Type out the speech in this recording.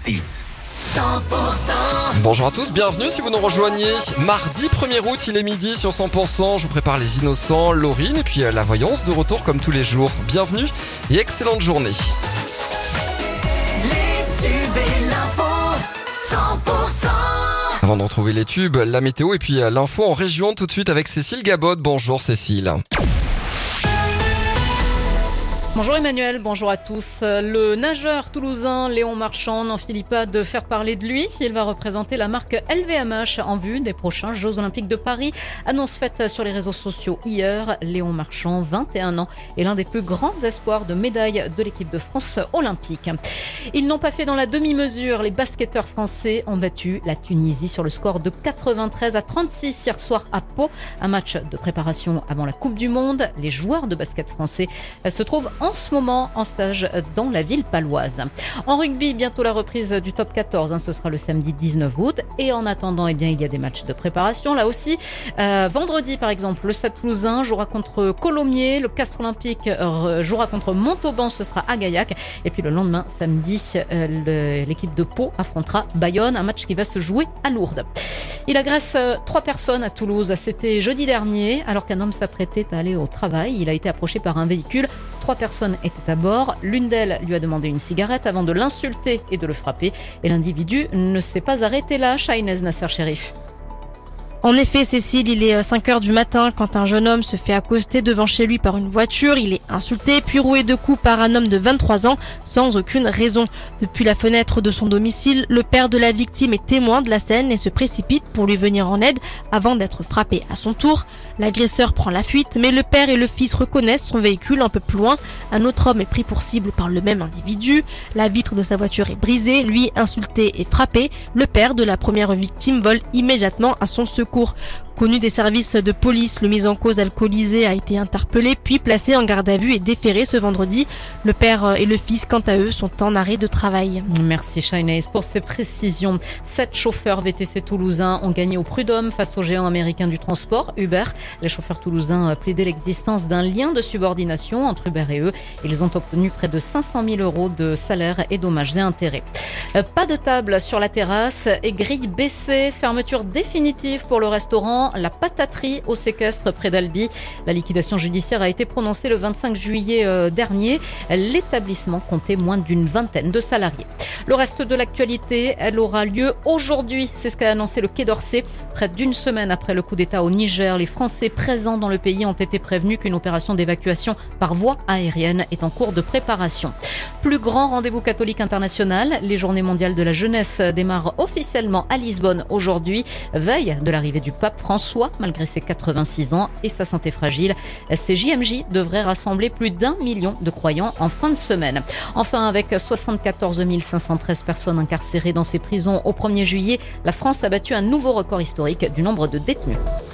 100%. Bonjour à tous, bienvenue si vous nous rejoignez. Mardi 1er août, il est midi sur 100%. Je vous prépare les innocents, Laurine et puis la voyance de retour comme tous les jours. Bienvenue et excellente journée. Les tubes et l'info, 100%. Avant de retrouver les tubes, la météo et puis l'info en région tout de suite avec Cécile Gabod. Bonjour Cécile. Bonjour Emmanuel, bonjour à tous. Le nageur toulousain Léon Marchand n'en finit pas de faire parler de lui. Il va représenter la marque LVMH en vue des prochains Jeux Olympiques de Paris. Annonce faite sur les réseaux sociaux hier. Léon Marchand, 21 ans, est l'un des plus grands espoirs de médaille de l'équipe de France olympique. Ils n'ont pas fait dans la demi-mesure. Les basketteurs français ont battu la Tunisie sur le score de 93-36 hier soir à Pau. Un match de préparation avant la Coupe du Monde. Les joueurs de basket français se trouvent en ce moment en stage dans la ville paloise. En rugby, bientôt la reprise du top 14, ce sera le samedi 19 août. Et en attendant, il y a des matchs de préparation là aussi. Vendredi, par exemple, le Stade Toulousain jouera contre Colomiers, le Castres Olympique jouera contre Montauban, ce sera à Gaillac. Et puis le lendemain, samedi, l'équipe de Pau affrontera Bayonne, un match qui va se jouer à Lourdes. Il agresse 3 personnes à Toulouse. C'était jeudi dernier, alors qu'un homme s'apprêtait à aller au travail. Il a été approché par un véhicule. 3 personnes étaient à bord. L'une d'elles lui a demandé une cigarette avant de l'insulter et de le frapper. Et l'individu ne s'est pas arrêté là. Shainez Nasser Sherif. En effet, Cécile, il est 5h du matin quand un jeune homme se fait accoster devant chez lui par une voiture. Il est insulté puis roué de coups par un homme de 23 ans sans aucune raison. Depuis la fenêtre de son domicile, le père de la victime est témoin de la scène et se précipite pour lui venir en aide avant d'être frappé à son tour. L'agresseur prend la fuite, mais le père et le fils reconnaissent son véhicule un peu plus loin. Un autre homme est pris pour cible par le même individu. La vitre de sa voiture est brisée, lui insulté et frappé. Le père de la première victime vole immédiatement à son secours. Connu des services de police, le mis en cause alcoolisé a été interpellé puis placé en garde à vue et déféré ce vendredi. Le père et le fils, quant à eux, sont en arrêt de travail. Merci Shainez pour ces précisions. 7 chauffeurs VTC toulousains ont gagné au prud'homme face au géant américain du transport, Uber. Les chauffeurs toulousains plaidaient l'existence d'un lien de subordination entre Uber et eux. Ils ont obtenu près de 500 000 € de salaire et dommages et intérêts. Pas de table sur la terrasse et grille baissée. Fermeture définitive pour le restaurant La Pataterie au séquestre près d'Albi. La liquidation judiciaire a été prononcée le 25 juillet dernier. L'établissement comptait moins d'une vingtaine de salariés. Le reste de l'actualité, elle aura lieu aujourd'hui. C'est ce qu'a annoncé le Quai d'Orsay. Près d'une semaine après le coup d'État au Niger, les Français présents dans le pays ont été prévenus qu'une opération d'évacuation par voie aérienne est en cours de préparation. Plus grand rendez-vous catholique international, les Journées mondiales de la jeunesse démarrent officiellement à Lisbonne aujourd'hui, veille de l'arrivée du pape François, malgré ses 86 ans et sa santé fragile. Ces JMJ devraient rassembler plus d'1 million de croyants en fin de semaine. Enfin, avec 74 513 personnes incarcérées dans ses prisons au 1er juillet, la France a battu un nouveau record historique du nombre de détenus.